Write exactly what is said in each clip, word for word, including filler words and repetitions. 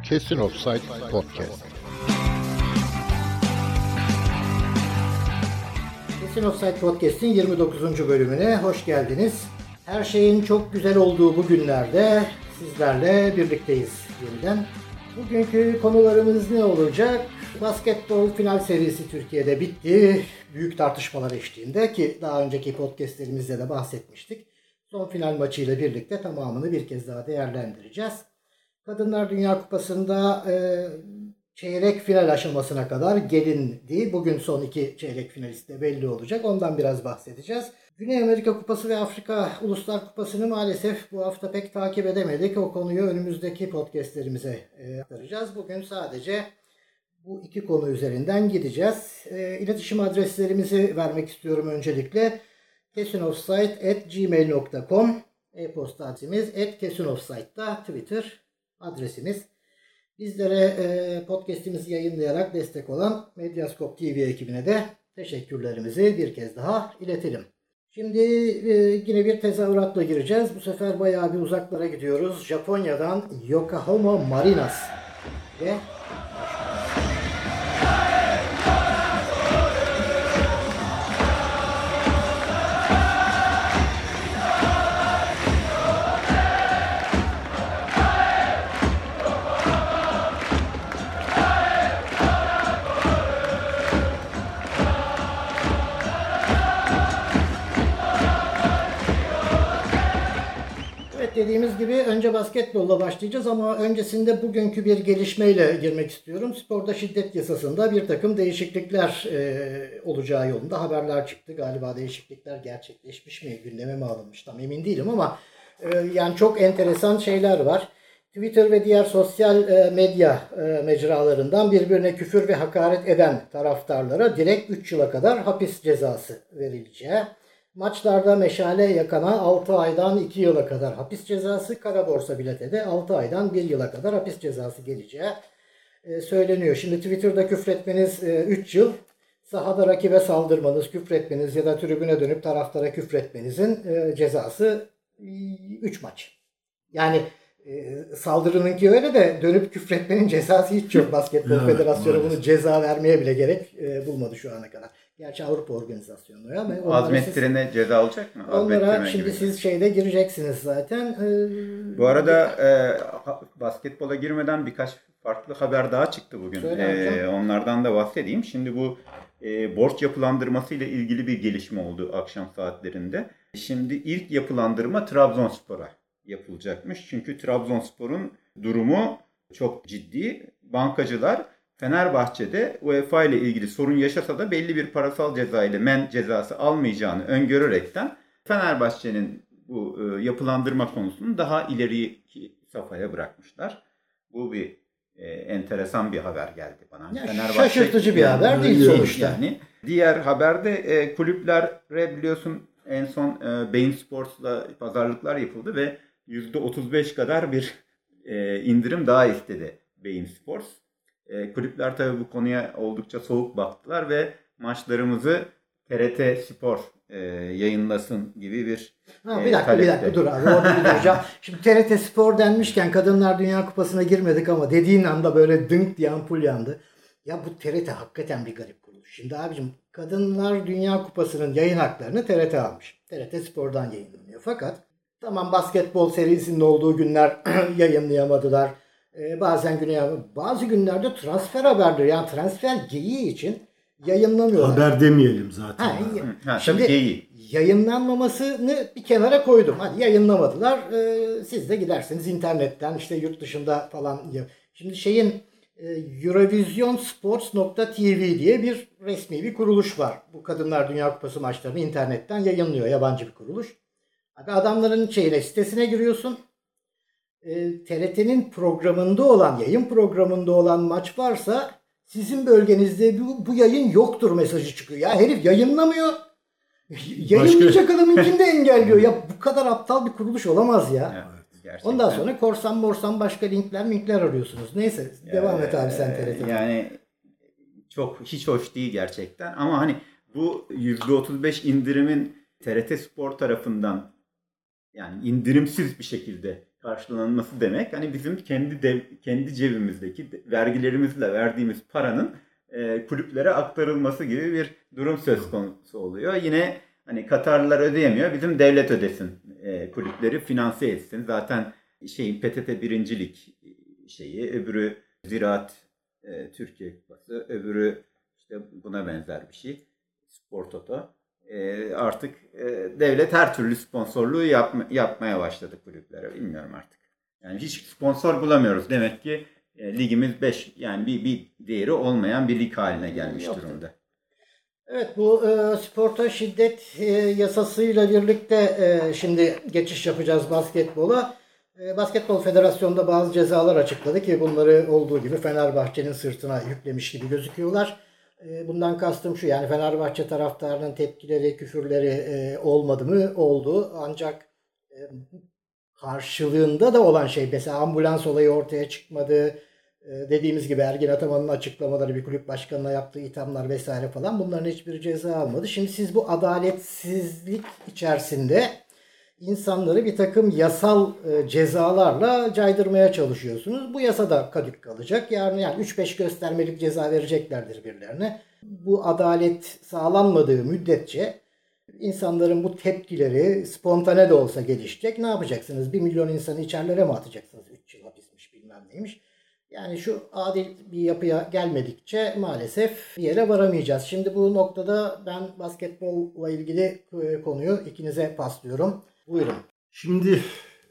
Kesin Offside Podcast. Kesin Offside Podcast'in yirmi dokuzuncu bölümüne hoş geldiniz. Her şeyin çok güzel olduğu bu günlerde sizlerle birlikteyiz yeniden. Bugünkü konularımız ne olacak? Basketbol final serisi Türkiye'de bitti. Büyük tartışmalar eşliğinde ki daha önceki podcastlerimizde de bahsetmiştik. Son final maçıyla birlikte tamamını bir kez daha değerlendireceğiz. Kadınlar Dünya Kupası'nda e, çeyrek final aşamasına kadar gelindi. Bugün son iki çeyrek finalist de belli olacak. Ondan biraz bahsedeceğiz. Güney Amerika Kupası ve Afrika Uluslar Kupası'nı maalesef bu hafta pek takip edemedik. O konuyu önümüzdeki podcastlerimize e, aktaracağız. Bugün sadece bu iki konu üzerinden gideceğiz. E, iletişim adreslerimizi vermek istiyorum öncelikle. kesinoffside at gmail nokta com e-posta adresimiz, at kesinoffside'da Twitter adresimiz. Bizlere e, podcast'imizi yayınlayarak destek olan Medyascope T V ekibine de teşekkürlerimizi bir kez daha iletelim. Şimdi e, yine bir tezahüratla gireceğiz. Bu sefer bayağı bir uzaklara gidiyoruz. Japonya'dan Yokohama Marinas ve dediğimiz gibi önce basketbolla başlayacağız ama öncesinde bugünkü bir gelişmeyle girmek istiyorum. Sporda şiddet yasasında bir takım değişiklikler e, olacağı yolunda haberler çıktı. Galiba değişiklikler gerçekleşmiş mi, gündeme mi alınmış tam emin değilim ama e, yani çok enteresan şeyler var. Twitter ve diğer sosyal e, medya e, mecralarından birbirine küfür ve hakaret eden taraftarlara direkt üç yıla kadar hapis cezası verileceği, maçlarda meşale yakana altı aydan iki yıla kadar hapis cezası, kara borsa bilete de altı aydan bir yıla kadar hapis cezası geleceği e, söyleniyor. Şimdi Twitter'da küfretmeniz e, üç yıl, sahada rakibe saldırmanız, küfretmeniz ya da tribüne dönüp taraftara küfretmenizin e, cezası üç maç. Yani e, saldırınınki öyle de dönüp küfretmenin cezası hiç yok. Basketbol evet, Federasyonu bunu ceza vermeye bile gerek e, bulmadı şu ana kadar. Gerçi Avrupa organizasyonu ama azmettirene siz, ceza olacak mı? Onlara şimdi gibi. Siz şeyde gireceksiniz zaten. Ee, Bu arada e, basketbola girmeden birkaç farklı haber daha çıktı bugün. E, onlardan da bahsedeyim. Şimdi bu e, borç yapılandırması ile ilgili bir gelişme oldu akşam saatlerinde. Şimdi ilk yapılandırma Trabzonspor'a yapılacakmış. Çünkü Trabzonspor'un durumu çok ciddi. Bankacılar Fenerbahçe'de UEFA ile ilgili sorun yaşasa da belli bir parasal ceza ile men cezası almayacağını öngörerekten Fenerbahçe'nin bu e, yapılandırma konusunu daha ileriki safhaya bırakmışlar. Bu bir e, enteresan bir haber geldi bana. Ya, Fenerbahçe, şaşırtıcı bir yani, haber değil sonuçta. Yani. Diğer haberde e, kulüplere biliyorsun en son e, Bein Sports'la pazarlıklar yapıldı ve yüzde otuz beş kadar bir e, indirim daha istedi Bein Sports. E, kulüpler tabii bu konuya oldukça soğuk baktılar ve maçlarımızı T R T Spor e, yayınlasın gibi bir ha, bir dakika e, bir dakika dur abi orada bir duracağım. Şimdi T R T Spor denmişken Kadınlar Dünya Kupası'na girmedik ama dediğin anda böyle dınk diye ampul yandı. Ya bu T R T hakikaten bir garip kuruluş. Şimdi abicim Kadınlar Dünya Kupası'nın yayın haklarını T R T almış. T R T Spor'dan yayınlanıyor. Fakat tamam basketbol serisinin olduğu günler yayınlayamadılar. Ee, bazen güney bazı günlerde transfer haberleri yani transfer geyiği için yayınlamıyorlar. Haber demeyelim zaten. Ha, ha, şimdi geyiği. Yayınlanmamasını bir kenara koydum. Hadi yayınlamadılar. Ee, siz de gidersiniz internetten işte yurt dışında falan. Şimdi şeyin Eurovision Sports nokta T V diye bir resmi bir kuruluş var. Bu Kadınlar Dünya Kupası maçlarını internetten yayınlıyor. Yabancı bir kuruluş. Abi adamların şeyine, sitesine giriyorsun. E, T R T'nin programında olan, yayın programında olan maç varsa sizin bölgenizde bu, bu yayın yoktur mesajı çıkıyor. Ya herif yayınlamıyor. Yayınlayacak adamınkini de engelliyor. Ya bu kadar aptal bir kuruluş olamaz ya. Evet, ondan sonra korsan morsan başka linkler linkler arıyorsunuz. Neyse ya, devam et abi sen T R T'den. Yani çok hiç hoş değil gerçekten. Ama hani bu yüzde otuz beş indirimin T R T Spor tarafından yani indirimsiz bir şekilde karşılanması demek. Hani bizim kendi dev, kendi cebimizdeki vergilerimizle verdiğimiz paranın e, kulüplere aktarılması gibi bir durum söz konusu oluyor. Yine hani Katarlılar ödeyemiyor, bizim devlet ödesin, e, kulüpleri finanse etsin. Zaten şeyin P T T birincilik şeyi, öbürü Ziraat e, Türkiye Kupası, öbürü işte buna benzer bir şey, Spor Toto. E, artık e, devlet her türlü sponsorluğu yapma, yapmaya başladı kulüplere. Bilmiyorum artık. Yani hiç sponsor bulamıyoruz. Demek ki e, ligimiz beş, yani bir, bir değeri olmayan bir lig haline gelmiş Yok. durumda. Evet, bu e, sporta şiddet e, yasasıyla birlikte e, şimdi geçiş yapacağız basketbola. E, Basketbol Federasyonu'nda bazı cezalar açıkladı ki bunları olduğu gibi Fenerbahçe'nin sırtına yüklemiş gibi gözüküyorlar. E, bundan kastım şu, yani Fenerbahçe taraftarının tepkileri, küfürleri e, olmadı mı? Oldu. Ancak e, karşılığında da olan şey, mesela ambulans olayı ortaya çıkmadı. Dediğimiz gibi Ergin Ataman'ın açıklamaları, bir kulüp başkanına yaptığı ithamlar vesaire falan, bunların hiçbir ceza almadı. Şimdi siz bu adaletsizlik içerisinde insanları bir takım yasal cezalarla caydırmaya çalışıyorsunuz. Bu yasa da kadük kalacak. Yani, yani üç beş göstermelik ceza vereceklerdir birilerine. Bu adalet sağlanmadığı müddetçe insanların bu tepkileri spontane de olsa gelişecek. Ne yapacaksınız? Bir milyon insanı içerilere mi atacaksınız? üç yıl hapismiş bilmem neymiş. Yani şu adil bir yapıya gelmedikçe maalesef bir yere varamayacağız. Şimdi bu noktada ben basketbolla ilgili konuyu ikinize paslıyorum. Buyurun. Şimdi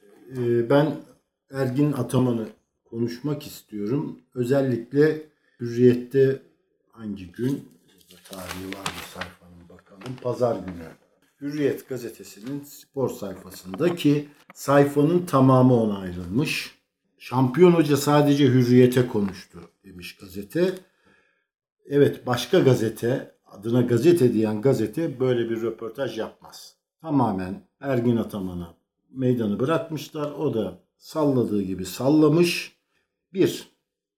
e, ben Ergin Ataman'ı konuşmak istiyorum. Özellikle Hürriyet'te hangi gün? Tarihi var mı sayfanın, bakalım. Pazar günü. Hürriyet gazetesinin spor sayfasındaki sayfanın tamamı ona ayrılmış. Şampiyon hoca sadece Hürriyet'e konuştu demiş gazete. Evet, başka gazete, adına gazete diyen gazete böyle bir röportaj yapmaz. Tamamen Ergin Ataman'a meydanı bırakmışlar. O da salladığı gibi sallamış. Bir,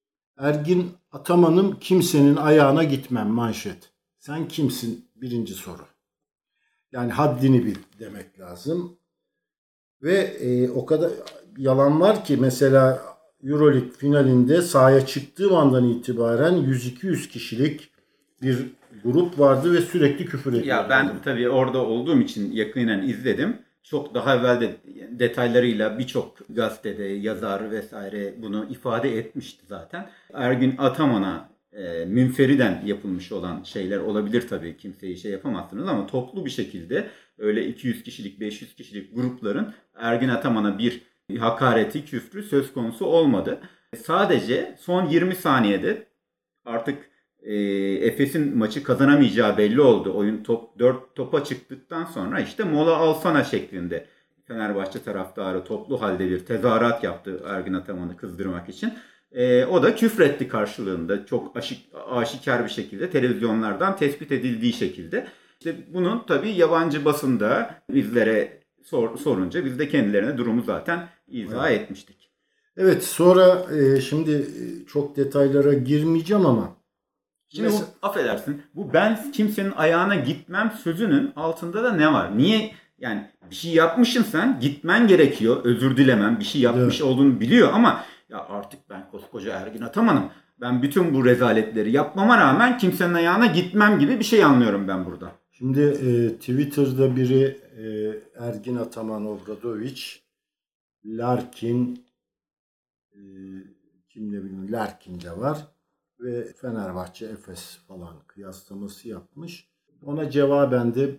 Ergin Ataman'ım kimsenin ayağına gitmem manşet. Sen kimsin? Birinci soru. Yani haddini bil demek lazım. Ve e, o kadar yalan var ki mesela Euroleague finalinde sahaya çıktığım andan itibaren yüz iki yüz kişilik bir grup vardı ve sürekli küfür ediyordu. Ya ben tabii orada olduğum için yakinen izledim. Çok daha evvel de detaylarıyla birçok gazetede, yazar vesaire bunu ifade etmişti zaten. Ergin Ataman'a e, münferiden yapılmış olan şeyler olabilir tabii. Kimseyi şey yapamazsınız ama toplu bir şekilde öyle iki yüz kişilik, beş yüz kişilik grupların Ergin Ataman'a bir hakareti, küfrü söz konusu olmadı. Sadece son yirmi saniyede artık e, Efes'in maçı kazanamayacağı belli oldu. Oyun top dört topa çıktıktan sonra işte mola alsana şeklinde Fenerbahçe taraftarı toplu halde bir tezahürat yaptı Ergin Ataman'ı kızdırmak için. E, o da küfretti karşılığında çok aşik, aşikar bir şekilde televizyonlardan tespit edildiği şekilde. İşte bunun tabii yabancı basında bizlere sor, sorunca biz de kendilerine durumu zaten izah evet. etmiştik. Evet, sonra e, şimdi çok detaylara girmeyeceğim ama şimdi mesela, bu, affedersin, bu ben kimsenin ayağına gitmem sözünün altında da ne var? Niye? Yani bir şey yapmışsın, sen gitmen gerekiyor, özür dilemem, bir şey yapmış evet. olduğunu biliyor ama ya artık ben koskoca Ergin Ataman'ım, ben bütün bu rezaletleri yapmama rağmen kimsenin ayağına gitmem gibi bir şey anlıyorum ben burada. Şimdi e, Twitter'da biri e, Ergin Ataman, Obradoviç, Larkin, e, kimle bilmiyorum, Larkin de var ve Fenerbahçe, Efes falan kıyaslaması yapmış. Ona cevaben de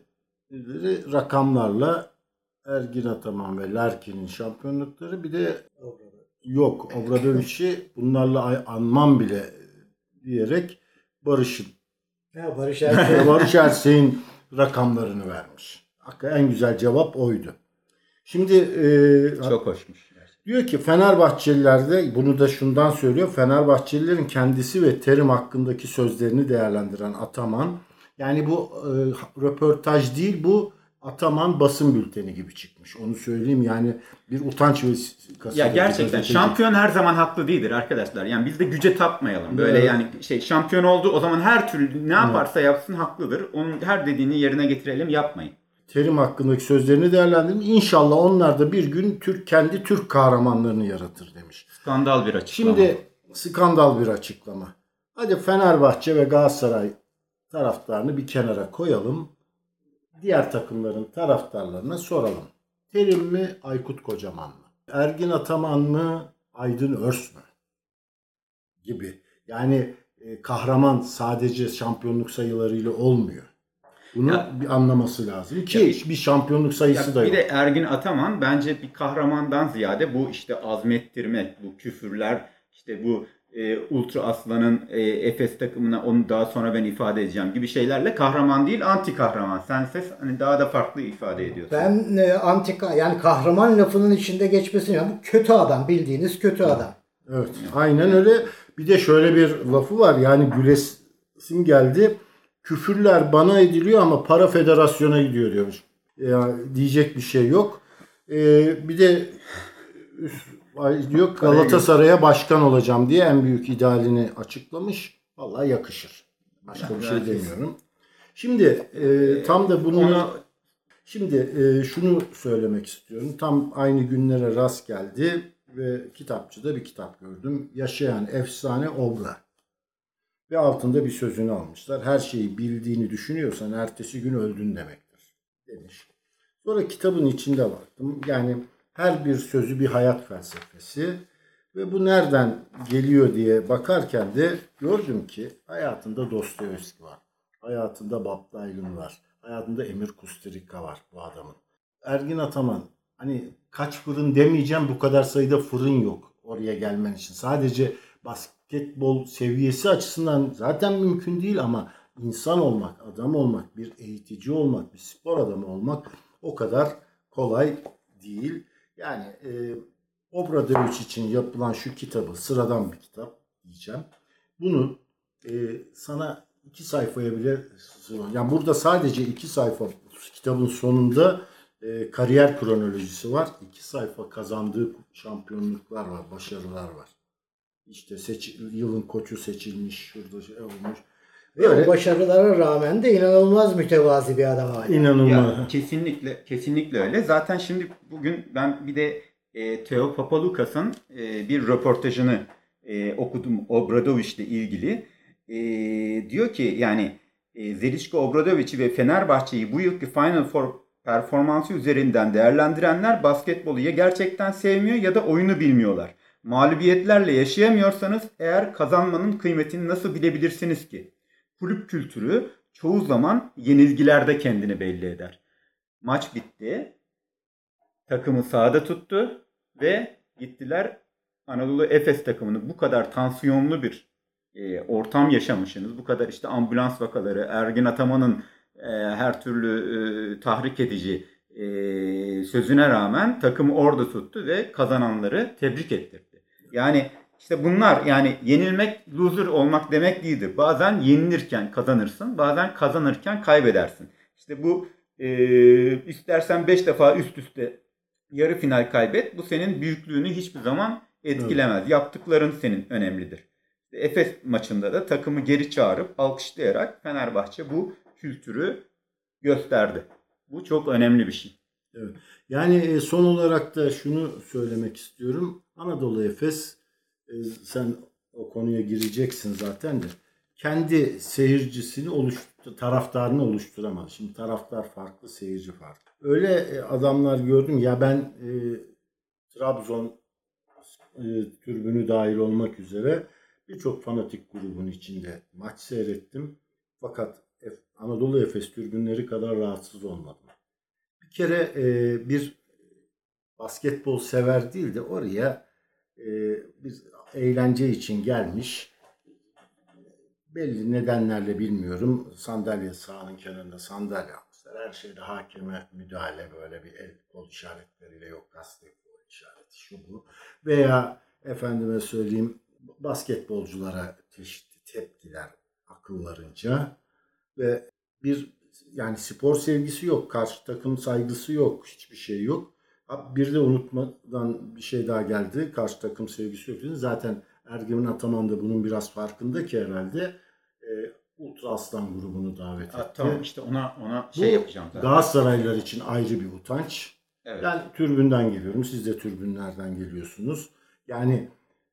rakamlarla Ergin Ataman ve Larkin'in şampiyonlukları, bir de yok Obradoviç'i bunlarla anmam bile diyerek Barış'ın Ya Barış Ersey. Barış Ersey'in rakamlarını vermiş. Hakikaten en güzel cevap oydu. Şimdi e, çok hoşmuş. Diyor ki Fenerbahçeliler de, bunu da şundan söylüyor. Fenerbahçelilerin kendisi ve terim hakkındaki sözlerini değerlendiren Ataman. Yani bu e, röportaj değil, bu Ataman basın bülteni gibi çıkmış. Onu söyleyeyim, yani bir utanç vesikası. Ya gerçekten şampiyon her zaman haklı değildir arkadaşlar. Yani biz de güce tapmayalım. Böyle evet. yani şey şampiyon oldu o zaman her türlü ne yaparsa yapsın haklıdır. Onun her dediğini yerine getirelim, yapmayın. Terim hakkındaki sözlerini değerlendirdim. İnşallah onlar da bir gün Türk kendi Türk kahramanlarını yaratır demiş. Skandal bir açıklama. Şimdi skandal bir açıklama. Hadi Fenerbahçe ve Galatasaray taraftarını bir kenara koyalım. Diğer takımların taraftarlarına soralım. Terim mi, Aykut Kocaman mı? Ergin Ataman mı, Aydın Örs mü? Gibi. Yani e, kahraman sadece şampiyonluk sayılarıyla olmuyor. Bunu ya, bir anlaması lazım ki ya, bir şampiyonluk sayısı ya, da bir yok. Bir de Ergin Ataman bence bir kahramandan ziyade bu işte azmettirmek, bu küfürler, işte bu e, Ultra Aslan'ın e, Efes takımına onu daha sonra ben ifade edeceğim gibi şeylerle kahraman değil, anti kahraman. Sen ses hani daha da farklı ifade ediyorsun. Ben e, anti yani kahraman lafının içinde geçmesini yani bu kötü adam, bildiğiniz kötü adam. Evet, aynen öyle. Bir de şöyle bir lafı var. Yani gülesim geldi. Küfürler bana ediliyor ama para federasyona gidiyor diyormuş. Ya diyecek bir şey yok. Ee, bir de diyor Galatasaray'a başkan olacağım diye en büyük idealini açıklamış. Vallahi yakışır. Başka bir şey demiyorum. Şimdi e, tam da bunu Onu... şimdi e, şunu söylemek istiyorum. Tam aynı günlere rast geldi ve kitapçıda bir kitap gördüm. Yaşayan efsane Obra. Ve altında bir sözünü almışlar. Her şeyi bildiğini düşünüyorsan ertesi gün öldün demektir demiş. Sonra kitabın içinde baktım. Yani her bir sözü bir hayat felsefesi ve bu nereden geliyor diye bakarken de gördüm ki hayatında Dostoyevski var. Hayatında Bob Dylan var. Hayatında Emir Kusturica var bu adamın. Ergin Ataman, hani kaç fırın demeyeceğim, bu kadar sayıda fırın yok oraya gelmen için. Sadece basketbol seviyesi açısından zaten mümkün değil ama insan olmak, adam olmak, bir eğitici olmak, bir spor adamı olmak o kadar kolay değil. Yani e, Obradoviç için yapılan şu kitabı, sıradan bir kitap diyeceğim. Bunu e, sana iki sayfaya bile, yani burada sadece iki sayfa, kitabın sonunda e, kariyer kronolojisi var. İki sayfa kazandığı şampiyonluklar var, başarılar var. İşte seç, yılın koçu seçilmiş, şurada şey olmuş. Ve o başarılara rağmen de inanılmaz mütevazi bir adam hala. İnanılmaz. Ya, kesinlikle, kesinlikle öyle. Zaten şimdi bugün ben bir de e, Theo Papaloukas'ın e, bir röportajını e, okudum Obradoviç'le ilgili. E, diyor ki yani e, Zeliško Obradoviç'i ve Fenerbahçe'yi bu yılki Final Four performansı üzerinden değerlendirenler basketbolu ya gerçekten sevmiyor ya da oyunu bilmiyorlar. Mağlubiyetlerle yaşayamıyorsanız eğer kazanmanın kıymetini nasıl bilebilirsiniz ki? Kulüp kültürü çoğu zaman yenilgilerde kendini belli eder. Maç bitti, takımı sahada tuttu ve gittiler Anadolu Efes takımını bu kadar tansiyonlu bir e, ortam yaşamışsınız. Bu kadar işte ambulans vakaları, Ergin Ataman'ın e, her türlü e, tahrik edici e, sözüne rağmen takımı orada tuttu ve kazananları tebrik ettirdi. Yani işte bunlar, yani yenilmek loser olmak demek değildir. Bazen yenilirken kazanırsın, bazen kazanırken kaybedersin. İşte bu e, istersen beş defa üst üste yarı final kaybet. Bu senin büyüklüğünü hiçbir zaman etkilemez. Evet. Yaptıkların senin önemlidir. Efes maçında da takımı geri çağırıp alkışlayarak Fenerbahçe bu kültürü gösterdi. Bu çok önemli bir şey. Evet. Yani son olarak da şunu söylemek istiyorum. Anadolu Efes, sen o konuya gireceksin zaten de, kendi seyircisini oluştu, taraftarını oluşturamadı. Şimdi taraftar farklı, seyirci farklı. Öyle adamlar gördüm ya, ben e, Trabzon e, tribünü dahil olmak üzere birçok fanatik grubun içinde maç seyrettim. Fakat Anadolu Efes tribünleri kadar rahatsız olmadım. Bir kere e, bir basketbol sever değil de oraya e, bir eğlence için gelmiş, belli nedenlerle bilmiyorum, sandalye, sahanın kenarında sandalye almışlar. Her şeyde hakeme müdahale, böyle bir el kol işaretleriyle, yok gazete kol işareti, şu bu. Veya efendime söyleyeyim basketbolculara çeşitli tepkiler akıllarınca ve bir yani spor sevgisi yok, karşı takım saygısı yok, hiçbir şey yok. Bir de unutmadan bir şey daha geldi. Karşı takım sevgisi yok. Zaten Ergin Ataman da bunun biraz farkında ki herhalde. E, Ultra Aslan grubunu davet etti. Ha, tamam işte ona ona şey Bu yapacağım zaten. Galatasaraylılar için ayrı bir utanç. Evet. Ben tribünden geliyorum. Siz de tribünlerden geliyorsunuz. Yani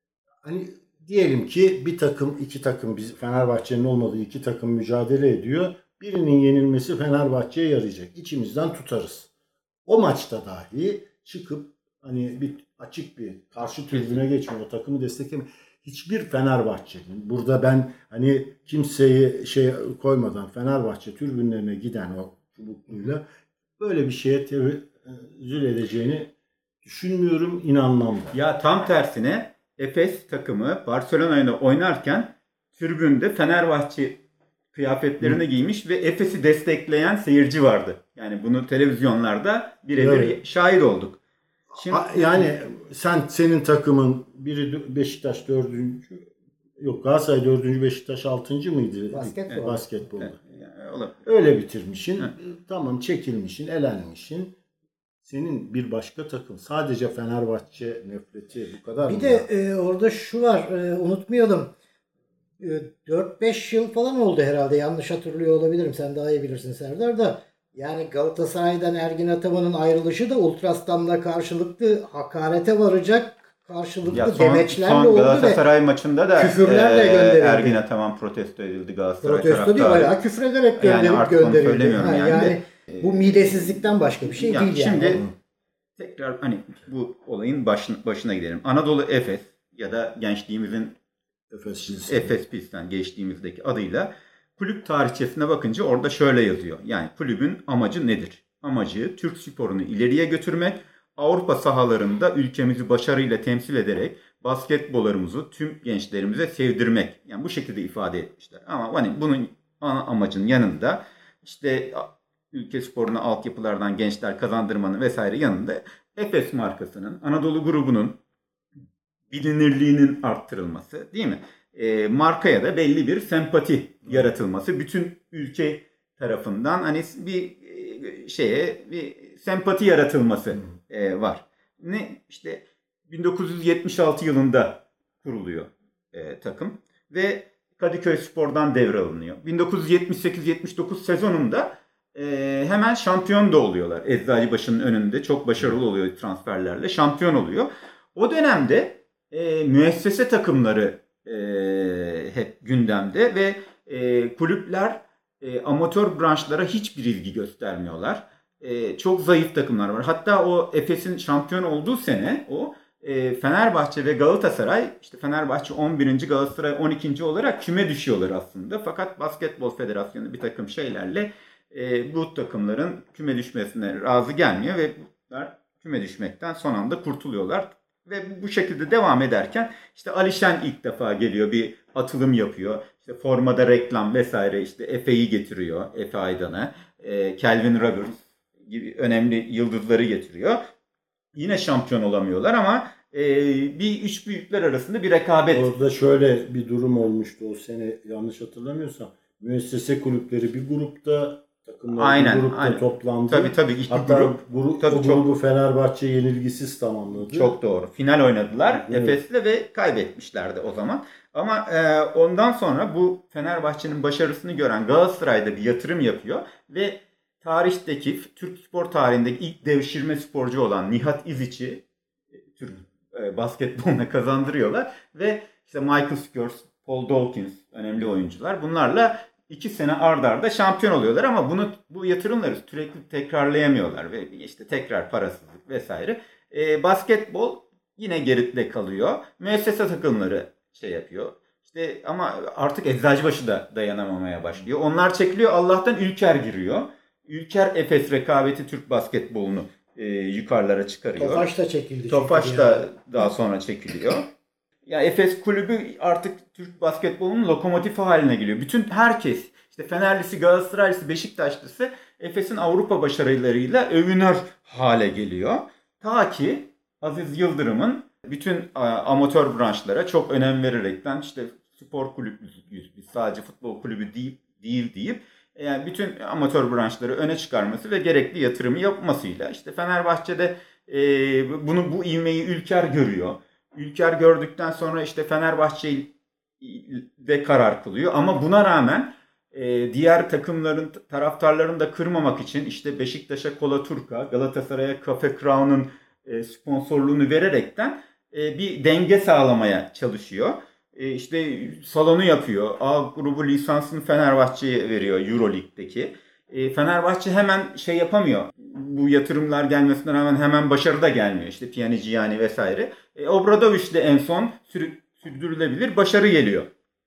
hani diyelim ki bir takım, iki takım, biz Fenerbahçe'nin olmadığı iki takım mücadele ediyor. Birinin yenilmesi Fenerbahçe'ye yarayacak. İçimizden tutarız. O maçta dahi çıkıp hani bir açık bir karşı tribüne geçmiyor. O takımı destekleme. Hiçbir Fenerbahçe'nin burada ben hani kimseyi şey koymadan Fenerbahçe tribünlerine giden o çubukluyla böyle bir şeye tevezzül edeceğini düşünmüyorum, inanmam da. Ya tam tersine Efes takımı Barcelona'yla oynarken tribünde Fenerbahçe kıyafetlerini Hı. giymiş ve Efes'i destekleyen seyirci vardı. Yani bunu televizyonlarda birebir evet. şahit olduk. Şimdi ha, yani sen senin takımın biri Beşiktaş dördüncü, yok Galatasaray dördüncü, Beşiktaş altıncı mıydı? Basketbol. Evet. Basketbolda. Evet. Yani, öyle bitirmişsin. Evet. Tamam, çekilmişsin, elenmişsin. Senin bir başka takım. Sadece Fenerbahçe nefreti bu kadar bir mı? Bir de e, orada şu var, e, unutmayalım. E, dört beş yıl falan oldu herhalde. Yanlış hatırlıyor olabilirim. Sen daha iyi bilirsin Serdar da. Yani Galatasaray'dan Ergin Ataman'ın ayrılışı da Ultrastam'la karşılıklı hakarete varacak, karşılıklı ya son, demeçlerle son oldu Galatasaray maçında da küfürlerle e, gönderildi. Ergin Ataman protesto edildi Galatasaray protesto taraftarı. Protesto değil, bayağı küfrederek gönderip yani gönderildi. Ha, yani yani de, bu midesizlikten başka bir şey ya değil şimdi yani. Şimdi tekrar hani bu olayın başına, başına gidelim. Anadolu Efes ya da gençliğimizin Efes, Efes Pilsen geçtiğimizdeki adıyla kulüp tarihçesine bakınca orada şöyle yazıyor. Yani kulübün amacı nedir? Amacı Türk sporunu ileriye götürmek, Avrupa sahalarında ülkemizi başarıyla temsil ederek basketbollarımızı tüm gençlerimize sevdirmek. Yani bu şekilde ifade etmişler. Ama hani bunun ana amacın yanında işte ülke sporuna altyapılardan gençler kazandırmanın vesaire yanında Efes markasının, Anadolu grubunun bilinirliğinin arttırılması, değil mi? E, markaya da belli bir sempati yaratılması, bütün ülke tarafından hani bir e, şeye bir sempati yaratılması e, var. Ne işte bin dokuz yüz yetmiş altı yılında kuruluyor e, takım ve Kadıköy Spor'dan devralınıyor. bin dokuz yüz yetmiş sekiz yetmiş dokuz sezonunda e, hemen şampiyon da oluyorlar. Eczacıbaşı'nın önünde çok başarılı oluyor transferlerle, şampiyon oluyor. O dönemde e, müessese takımları e, hep gündemde ve e, kulüpler e, amatör branşlara hiçbir ilgi göstermiyorlar. E, çok zayıf takımlar var. Hatta o Efes'in şampiyon olduğu sene o e, Fenerbahçe ve Galatasaray, işte Fenerbahçe on birinci Galatasaray on ikinci olarak küme düşüyorlar aslında. Fakat Basketbol Federasyonu bir takım şeylerle e, bu takımların küme düşmesine razı gelmiyor ve bunlar küme düşmekten son anda kurtuluyorlar. Ve bu şekilde devam ederken işte Alişen ilk defa geliyor, bir atılım yapıyor. İşte formada reklam vesaire, işte Efe'yi getiriyor, Efe Aydan'ı. E, Kelvin Roberts gibi önemli yıldızları getiriyor. Yine şampiyon olamıyorlar ama e, bir üç büyükler arasında bir rekabet. Orada şöyle bir durum olmuştu o sene, yanlış hatırlamıyorsam. Müessese kulüpleri bir grupta, takımlar aynen, bir grupta aynen. toplandı. Tabii tabii. Hatta grup, grup, tabii o çok, grubu Fenerbahçe yenilgisiz tamamladı. Çok doğru. Final oynadılar evet. Efes'le ve kaybetmişlerdi o zaman. Ama e, ondan sonra bu Fenerbahçe'nin başarısını gören Galatasaray'da bir yatırım yapıyor ve tarihteki, Türk spor tarihindeki ilk devşirme sporcu olan Nihat İziç'i Türk e, basketboluna kazandırıyorlar ve işte Michael Skurs, Paul Dawkins önemli oyuncular. Bunlarla iki sene ard arda şampiyon oluyorlar ama bunu bu yatırımları sürekli tekrarlayamıyorlar ve işte tekrar parasızlık vesaire. E, basketbol yine geride kalıyor. Müessese takımları şey yapıyor. İşte ama artık Eczacıbaşı da dayanamamaya başlıyor. Onlar çekiliyor. Allah'tan Ülker giriyor. Ülker Efes rekabeti Türk basketbolunu e, yukarılara çıkarıyor. Tofaş da çekildi. Tofaş da yani. Daha sonra çekiliyor. Ya Efes kulübü artık Türk basketbolunun lokomotifi haline geliyor. Bütün herkes, işte Fenerlisi, Galatasaraylısı, Beşiktaşlısı Efes'in Avrupa başarılarıyla övünür hale geliyor. Ta ki Aziz Yıldırım'ın bütün amatör branşlara çok önem vererekten işte spor kulübüyüz, biz sadece futbol kulübü değil, değil deyip yani bütün amatör branşları öne çıkarması ve gerekli yatırımı yapmasıyla işte Fenerbahçe'de e, bunu bu ivmeyi Ülker görüyor. Ülker gördükten sonra işte Fenerbahçe'de karar kılıyor ama buna rağmen e, diğer takımların taraftarlarını da kırmamak için işte Beşiktaş'a Kola Turka, Galatasaray'a Cafe Crown'un e, sponsorluğunu vererekten e, bir denge sağlamaya çalışıyor. E, işte salonu yapıyor. A grubu lisansını Fenerbahçe'ye veriyor Euroleague'deki. E, Fenerbahçe hemen şey yapamıyor. Bu yatırımlar gelmesine rağmen hemen başarı da gelmiyor. İşte Pjanic yani vesaire. E, Obradoviç de en son sürü, sürdürülebilir başarı geliyor.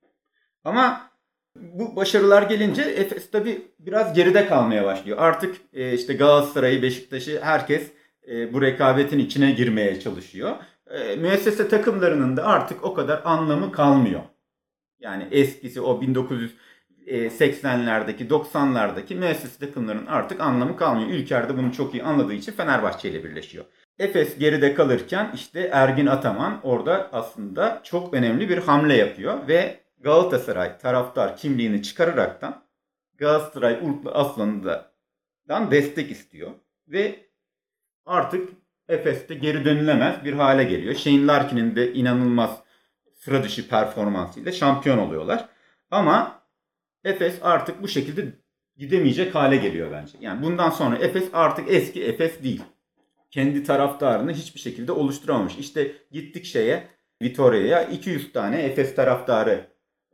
Ama bu başarılar gelince Efes tabii biraz geride kalmaya başlıyor. Artık e, işte Galatasaray'ı, Beşiktaş'ı herkes e, bu rekabetin içine girmeye çalışıyor. E, müessese takımlarının da artık o kadar anlamı kalmıyor. Yani eskisi o bin dokuz yüz seksenlerdeki, doksanlardaki müessese takımların artık anlamı kalmıyor. Ülker de bunu çok iyi anladığı için Fenerbahçe ile birleşiyor. Efes geride kalırken işte Ergin Ataman orada aslında çok önemli bir hamle yapıyor ve Galatasaray taraftar kimliğini çıkararaktan Galatasaray Uruklu Aslanı'dan destek istiyor ve artık Efes'te geri dönülemez bir hale geliyor. Shane Larkin'in de inanılmaz sıra dışı performansıyla şampiyon oluyorlar. Ama Efes artık bu şekilde gidemeyecek hale geliyor bence. Yani bundan sonra Efes artık eski Efes değil. Kendi taraftarını hiçbir şekilde oluşturamamış. İşte gittik şeye, Vitoria'ya iki yüz tane Efes taraftarı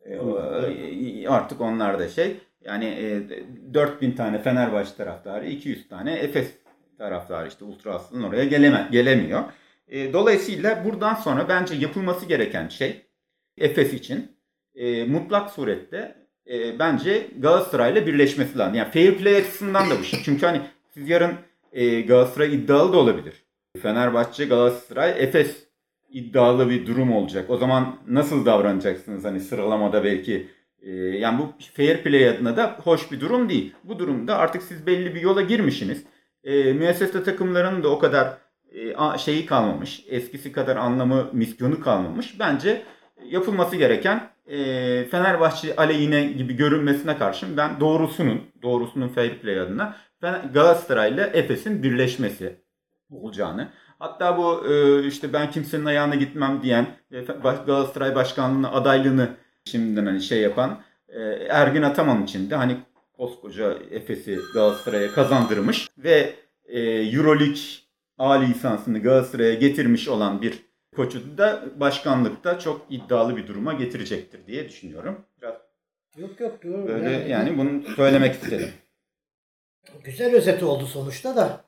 e, artık onlar da şey. Yani e, dört bin tane Fenerbahçe taraftarı, iki yüz tane Efes taraftarı işte Ultra Aslı'nın oraya geleme, gelemiyor. E, dolayısıyla buradan sonra bence yapılması gereken şey Efes için e, mutlak surette e, bence Galatasaray'la birleşmesi lazım. Yani fair play açısından da bu şey. Çünkü hani siz yarın e, Galatasaray iddialı da olabilir. Fenerbahçe, Galatasaray, Efes iddialı bir durum olacak. O zaman nasıl davranacaksınız hani sıralamada belki e, yani bu fair play adına da hoş bir durum değil. Bu durumda artık siz belli bir yola girmişsiniz. E, müessese takımlarının da o kadar e, şeyi kalmamış. Eskisi kadar anlamı, misyonu kalmamış. Bence yapılması gereken e, Fenerbahçe aleyhine gibi görünmesine karşın ben doğrusunun, doğrusunun fair play adına Galatasaray ile Efes'in birleşmesi olacağını. Hatta bu e, işte ben kimsenin ayağına gitmem diyen e, Galatasaray başkanlığına adaylığını şimdiden hani şey yapan e, Ergin Ataman için de hani koskoca Efes'i Galatasaray'a kazandırmış ve e, Euroleague A lisansını Galatasaray'a getirmiş olan bir koçu da başkanlıkta çok iddialı bir duruma getirecektir diye düşünüyorum. Biraz yok yok doğru. Böyle yani, yani bunu söylemek istedim. Güzel özeti oldu sonuçta da.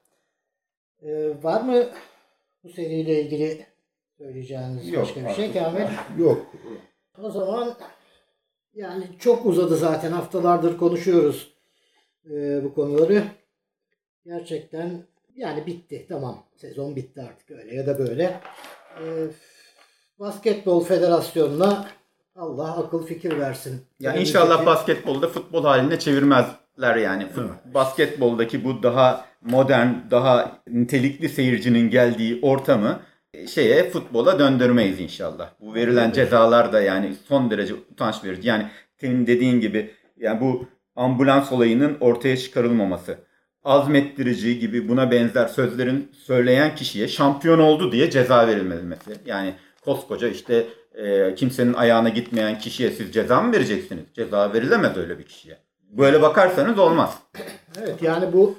Ee, var mı bu seriyle ilgili söyleyeceğiniz Yok, başka bir şey Kamil? Yok. O zaman yani çok uzadı zaten haftalardır konuşuyoruz e, bu konuları. Gerçekten yani bitti tamam sezon bitti artık öyle ya da böyle. E, Basketbol Federasyonu'na Allah akıl fikir versin. Ya yani inşallah ülkeci... basketbolda futbol haline çevirmezler yani. Evet. Basketboldaki bu daha modern, daha nitelikli seyircinin geldiği ortamı şeye futbola döndürmeyiz inşallah. Bu verilen evet. cezalar da yani son derece utanç verici. Yani senin dediğin gibi yani bu ambulans olayının ortaya çıkarılmaması, azmettirici gibi buna benzer sözlerin söyleyen kişiye şampiyon oldu diye ceza verilmesi. Yani koskoca işte e, kimsenin ayağına gitmeyen kişiye siz ceza mı vereceksiniz? Ceza verilemez öyle bir kişiye. Böyle bakarsanız olmaz. Evet yani bu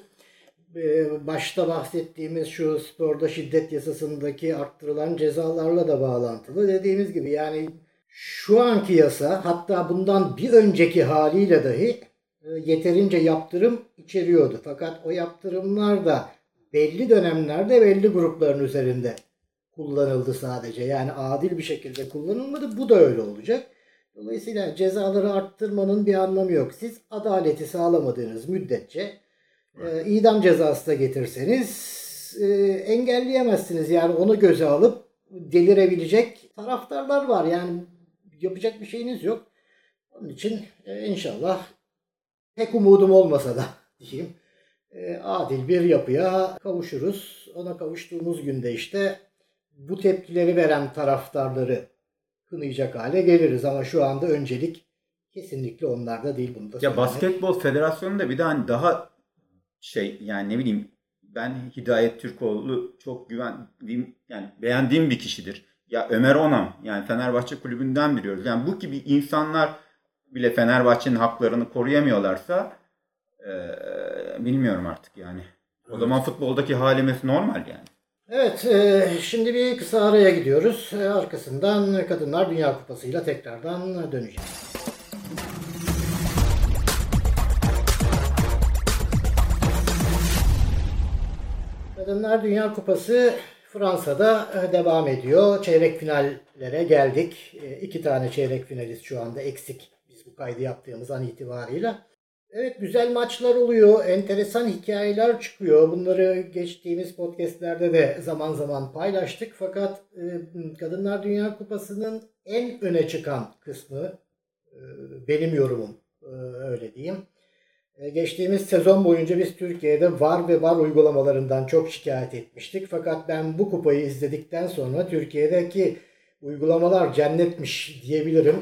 başta bahsettiğimiz şu sporda şiddet yasasındaki arttırılan cezalarla da bağlantılı. Dediğimiz gibi yani şu anki yasa hatta bundan bir önceki haliyle dahi yeterince yaptırım içeriyordu. Fakat o yaptırımlar da belli dönemlerde belli grupların üzerinde kullanıldı sadece. Yani adil bir şekilde kullanılmadı. Bu da öyle olacak. Dolayısıyla cezaları arttırmanın bir anlamı yok. Siz adaleti sağlamadığınız müddetçe e, idam cezası da getirseniz e, engelleyemezsiniz. Yani onu göze alıp delirebilecek taraftarlar var. Yani yapacak bir şeyiniz yok. Onun için e, inşallah pek umudum olmasa da diyeyim e, adil bir yapıya kavuşuruz. Ona kavuştuğumuz günde işte bu tepkileri veren taraftarları kınayacak hale geliriz ama şu anda öncelik kesinlikle onlarda değil bunu da Ya söylemek. Basketbol Federasyonu'nda bir de hani daha şey yani ne bileyim ben Hidayet Türkoğlu çok güvendiğim yani beğendiğim bir kişidir. Ya Ömer Onam yani Fenerbahçe kulübünden biliyoruz. Yani bu gibi insanlar bile Fenerbahçe'nin haklarını koruyamıyorlarsa e, bilmiyorum artık yani. O evet. zaman futboldaki halimiz normal yani. Evet, e, şimdi bir kısa araya gidiyoruz. E, arkasından Kadınlar Dünya Kupası'yla tekrardan döneceğiz. Kadınlar Dünya Kupası Fransa'da devam ediyor. Çeyrek finallere geldik. İki tane çeyrek finalist şu anda eksik. Biz bu kaydı yaptığımız an itibarıyla. Evet, güzel maçlar oluyor. Enteresan hikayeler çıkıyor. Bunları geçtiğimiz podcastlerde de zaman zaman paylaştık. Fakat Kadınlar Dünya Kupası'nın en öne çıkan kısmı, benim yorumum öyle diyeyim. Geçtiğimiz sezon boyunca biz Türkiye'de VAR ve VAR uygulamalarından çok şikayet etmiştik. Fakat ben bu kupayı izledikten sonra Türkiye'deki uygulamalar cennetmiş diyebilirim.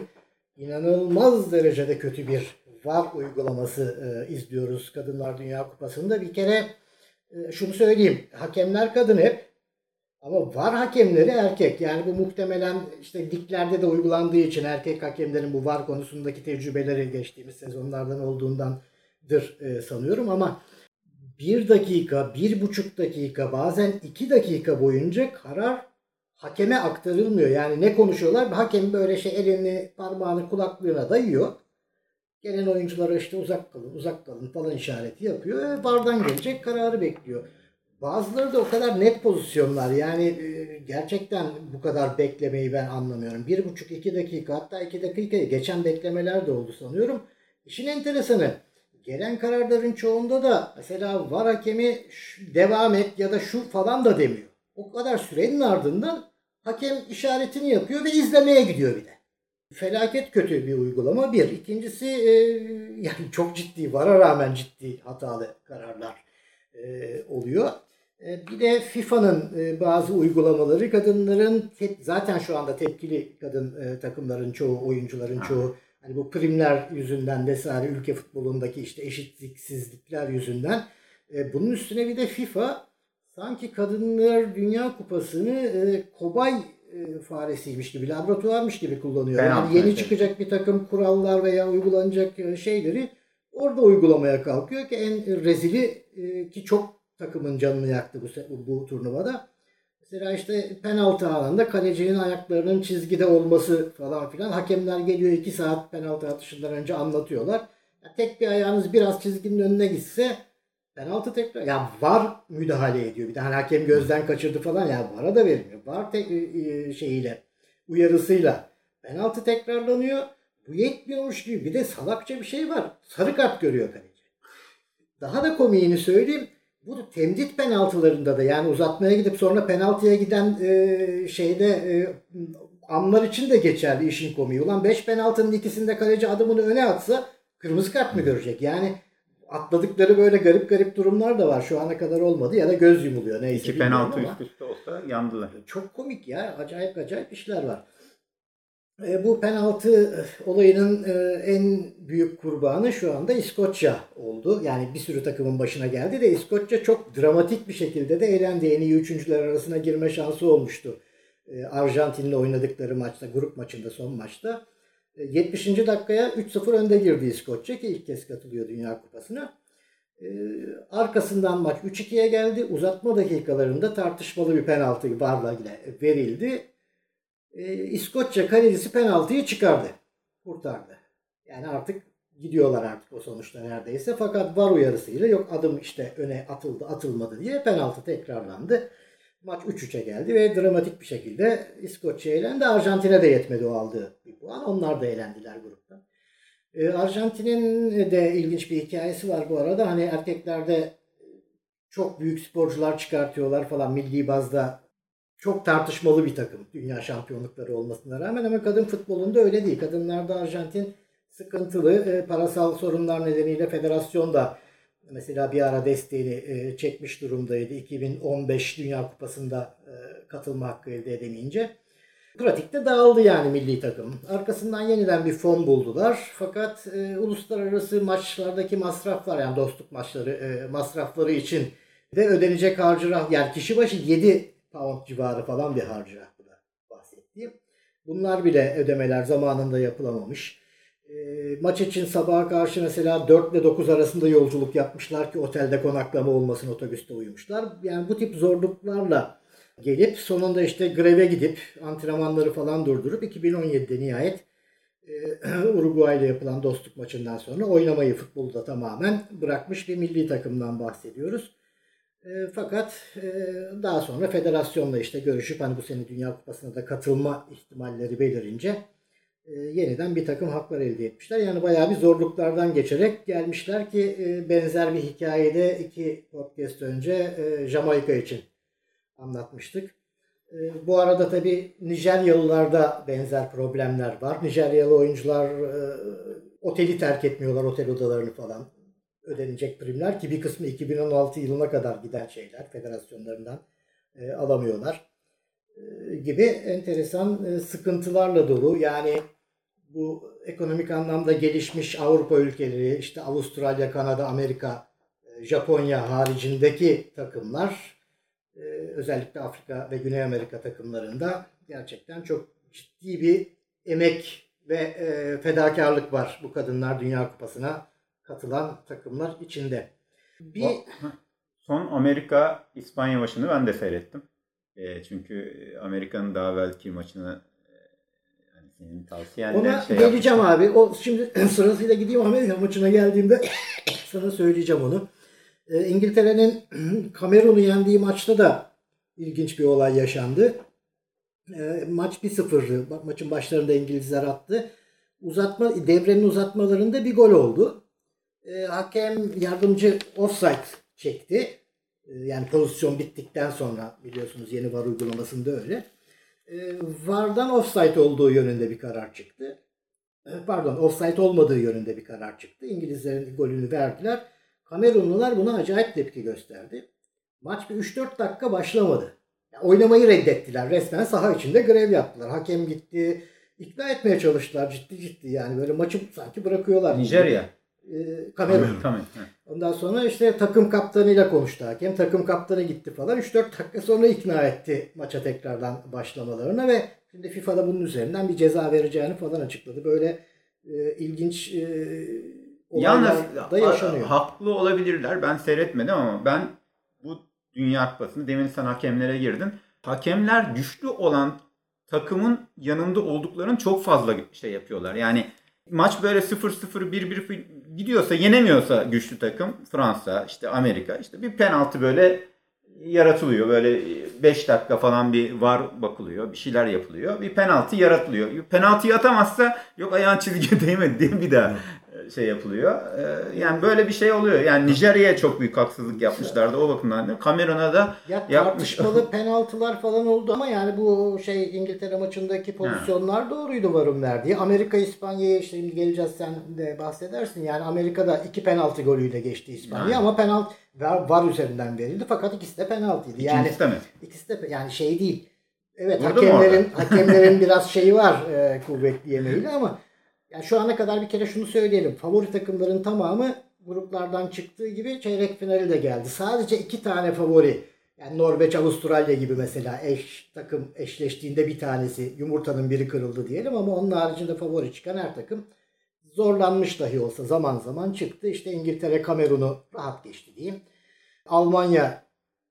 İnanılmaz derecede kötü bir VAR uygulaması e, izliyoruz Kadınlar Dünya Kupası'nda. Bir kere e, şunu söyleyeyim. Hakemler kadın hep ama VAR hakemleri erkek. Yani bu muhtemelen işte liglerde de uygulandığı için erkek hakemlerin bu VAR konusundaki tecrübeleri geçtiğimiz sezonlardan olduğundan e, sanıyorum ama bir dakika, bir buçuk dakika, bazen iki dakika boyunca karar hakeme aktarılmıyor. Yani ne konuşuyorlar? Hakem böyle şey elini parmağını kulaklığına dayıyor. Gelen oyunculara işte uzak kalın, uzak kalın falan işareti yapıyor. E, VAR'dan gelecek kararı bekliyor. Bazıları da o kadar net pozisyonlar. Yani e, gerçekten bu kadar beklemeyi ben anlamıyorum. Bir buçuk, iki dakika, hatta iki dakikaya geçen beklemeler de oldu sanıyorum. İşin enteresanı, gelen kararların çoğunda da mesela VAR hakemi devam et ya da şu falan da demiyor. O kadar sürenin ardından hakem işaretini yapıyor ve izlemeye gidiyor bir de. Felaket kötü bir uygulama bir. İkincisi e, yani çok ciddi, VAR'a rağmen ciddi hatalı kararlar e, oluyor. E, bir de FIFA'nın e, bazı uygulamaları kadınların te- zaten şu anda tepkili kadın e, takımların çoğu, oyuncuların çoğu hani bu primler yüzünden vesaire ülke futbolundaki işte eşitsizlikler yüzünden e, bunun üstüne bir de FIFA sanki Kadınlar Dünya Kupası'nı e, kobay e, faresiymiş gibi, laboratuvarmış gibi kullanıyor. Ben yani yeni çıkacak bir takım kurallar veya uygulanacak e, şeyleri orada uygulamaya kalkıyor ki en rezili e, ki çok takımın canını yaktı bu, bu turnuvada. Mesela işte penaltı alanında kalecinin ayaklarının çizgide olması falan filan. Hakemler geliyor iki saat penaltı atışından önce anlatıyorlar. Ya tek bir ayağınız biraz çizginin önüne gitse penaltı tekrar. Ya VAR müdahale ediyor. Bir de hani hakem gözden kaçırdı falan ya VAR'a da verilmiyor. VAR te- şeyiyle, uyarısıyla penaltı tekrarlanıyor. Bu yetmiyormuş gibi bir de salakça bir şey var. Sarı kart görüyor kaleci. Daha da komiğini söyleyeyim. Bu temdit penaltılarında da yani uzatmaya gidip sonra penaltıya giden e, şeyde e, anlar için de geçerli işin komiği. Ulan beş penaltının ikisinde kaleci adımını öne atsa kırmızı kart mı görecek? Yani atladıkları böyle garip garip durumlar da var. Şu ana kadar olmadı ya da göz yumuluyor. Neyse, İki penaltı üst üste olsa yandılar. Çok komik ya. Acayip acayip işler var. E, bu penaltı olayının e, en büyük kurbanı şu anda İskoçya oldu. Yani bir sürü takımın başına geldi de İskoçya çok dramatik bir şekilde de elendi. En iyi üçüncüler arasına girme şansı olmuştu. E, Arjantin'le oynadıkları maçta, grup maçında, son maçta. E, yetmişinci dakikaya üç sıfır önde girdi İskoçya ki ilk kez katılıyor Dünya Kupası'na. E, arkasından maç üç ikiye geldi. Uzatma dakikalarında tartışmalı bir penaltı VAR'la verildi. Ee, İskoçya kalecisi penaltıyı çıkardı. Kurtardı. Yani artık gidiyorlar artık o sonuçta neredeyse. Fakat VAR uyarısıyla yok adım işte öne atıldı atılmadı diye penaltı tekrarlandı. Maç üç üçe geldi ve dramatik bir şekilde İskoçya elendi. Arjantin'e de yetmedi o aldığı bir puan. Onlar da elendiler gruptan. Ee, Arjantin'in de ilginç bir hikayesi var bu arada. Hani erkeklerde çok büyük sporcular çıkartıyorlar falan milli bazda. Çok tartışmalı bir takım dünya şampiyonlukları olmasına rağmen ama kadın futbolunda öyle değil. Kadınlarda Arjantin sıkıntılı. E, parasal sorunlar nedeniyle federasyon da mesela bir ara desteğini e, çekmiş durumdaydı. iki bin on beş Dünya Kupası'nda e, katılma hakkı elde edemeyince. Pratikte dağıldı yani milli takım. Arkasından yeniden bir fon buldular. Fakat e, uluslararası maçlardaki masraflar yani dostluk maçları e, masrafları için de ödenecek harcırah yani kişi başı yedi pound civarı falan bir harcırah bu da bahsettiğim. Bunlar bile ödemeler zamanında yapılamamış. E, maç için sabaha karşı mesela dört ile dokuz arasında yolculuk yapmışlar ki otelde konaklama olmasın, otobüste uyumuşlar. Yani bu tip zorluklarla gelip sonunda işte greve gidip antrenmanları falan durdurup iki bin on yedide nihayet e, Uruguay ile yapılan dostluk maçından sonra oynamayı, futbolu da tamamen bırakmış bir milli takımdan bahsediyoruz. E, fakat e, daha sonra federasyonla işte görüşüp hani bu sene Dünya Kupası'na da katılma ihtimalleri belirince e, yeniden bir takım haklar elde etmişler. Yani bayağı bir zorluklardan geçerek gelmişler ki e, benzer bir hikayede iki podcast önce e, Jamaika için anlatmıştık. E, bu arada tabii Nijeryalılarda benzer problemler var. Nijeryalı oyuncular e, oteli terk etmiyorlar, otel odalarını falan. Ödenecek primler ki bir kısmı iki bin on altı yılına kadar giden şeyler, federasyonlarından e, alamıyorlar e, gibi enteresan e, sıkıntılarla dolu. Yani bu ekonomik anlamda gelişmiş Avrupa ülkeleri, işte Avustralya, Kanada, Amerika, e, Japonya haricindeki takımlar, e, özellikle Afrika ve Güney Amerika takımlarında gerçekten çok ciddi bir emek ve e, fedakarlık var bu kadınlar Dünya Kupası'na katılan takımlar içinde. Bir... Son Amerika İspanya maçını ben de seyrettim. E, çünkü Amerika'nın daha belki maçını e, yani senin tavsiyenle ona şey geleceğim yapmıştım. abi. O şimdi sırasıyla gideyim, Amerika maçına geldiğimde sana söyleyeceğim onu. E, İngiltere'nin Kamerun'u yendiği maçta da ilginç bir olay yaşandı. E, maç bir sıfırdı. Maçın başlarında İngilizler attı. Uzatma devrenin uzatmalarında bir gol oldu. E, hakem yardımcı offside çekti. E, yani pozisyon bittikten sonra, biliyorsunuz yeni V A R uygulamasında öyle. E, V A R'dan offside olduğu yönünde bir karar çıktı. E, pardon, offside olmadığı yönünde bir karar çıktı. İngilizlerin golünü verdiler. Kamerunlular buna acayip tepki gösterdi. Maç bir üç dört dakika başlamadı. Yani oynamayı reddettiler. Resmen saha içinde grev yaptılar. Hakem gitti. İkna etmeye çalıştılar ciddi ciddi. Yani böyle maçı sanki bırakıyorlar. Nijerya. E, Kamerun. Tamam. Ondan sonra işte takım kaptanıyla konuştu hakem. Takım kaptanı gitti falan. üç dört dakika sonra ikna etti maça tekrardan başlamalarına ve şimdi FIFA'da bunun üzerinden bir ceza vereceğini falan açıkladı. Böyle e, ilginç e, olaylar Yalnız da yaşanıyor. ha, haklı olabilirler. Ben seyretmedim ama ben bu Dünya Kupası'nda demin sen hakemlere girdin. Hakemler güçlü olan takımın yanında olduklarını çok fazla şey yapıyorlar. Yani maç böyle sıfır sıfır bir bir gidiyorsa, yenemiyorsa güçlü takım, Fransa, işte Amerika, işte bir penaltı böyle yaratılıyor. Böyle beş dakika falan bir V A R bakılıyor, bir şeyler yapılıyor. Bir penaltı yaratılıyor. Penaltıyı atamazsa yok ayağın çizgiye değmedi diye bir daha şey yapılıyor. Yani böyle bir şey oluyor. Yani Nijerya'ya çok büyük haksızlık yapmışlardı o bakımdan. Kamerun'a da ya yapmış. tartışmalı penaltılar falan oldu ama yani bu şey İngiltere maçındaki pozisyonlar ha. doğruydu V A R'ın verdiği. Amerika İspanya'ya işte şimdi geleceğiz, sen de bahsedersin. Yani Amerika'da iki penaltı golüyle geçti İspanya ha. ama penaltı V A R üzerinden verildi fakat ikisi de penaltıydı. Yani İkincisi de mi? İkisi de yani şey değil. Evet, Vurdu hakemlerin hakemlerin biraz şeyi var, e, kuvvetli yemeğiyle ama yani şu ana kadar bir kere şunu söyleyelim. Favori takımların tamamı gruplardan çıktığı gibi çeyrek finali de geldi. Sadece iki tane favori, yani Norveç, Avustralya gibi mesela eş takım eşleştiğinde bir tanesi, yumurtanın biri kırıldı diyelim ama onun haricinde favori çıkan her takım zorlanmış dahi olsa zaman zaman çıktı. İşte İngiltere Kamerun'u rahat geçti diyeyim. Almanya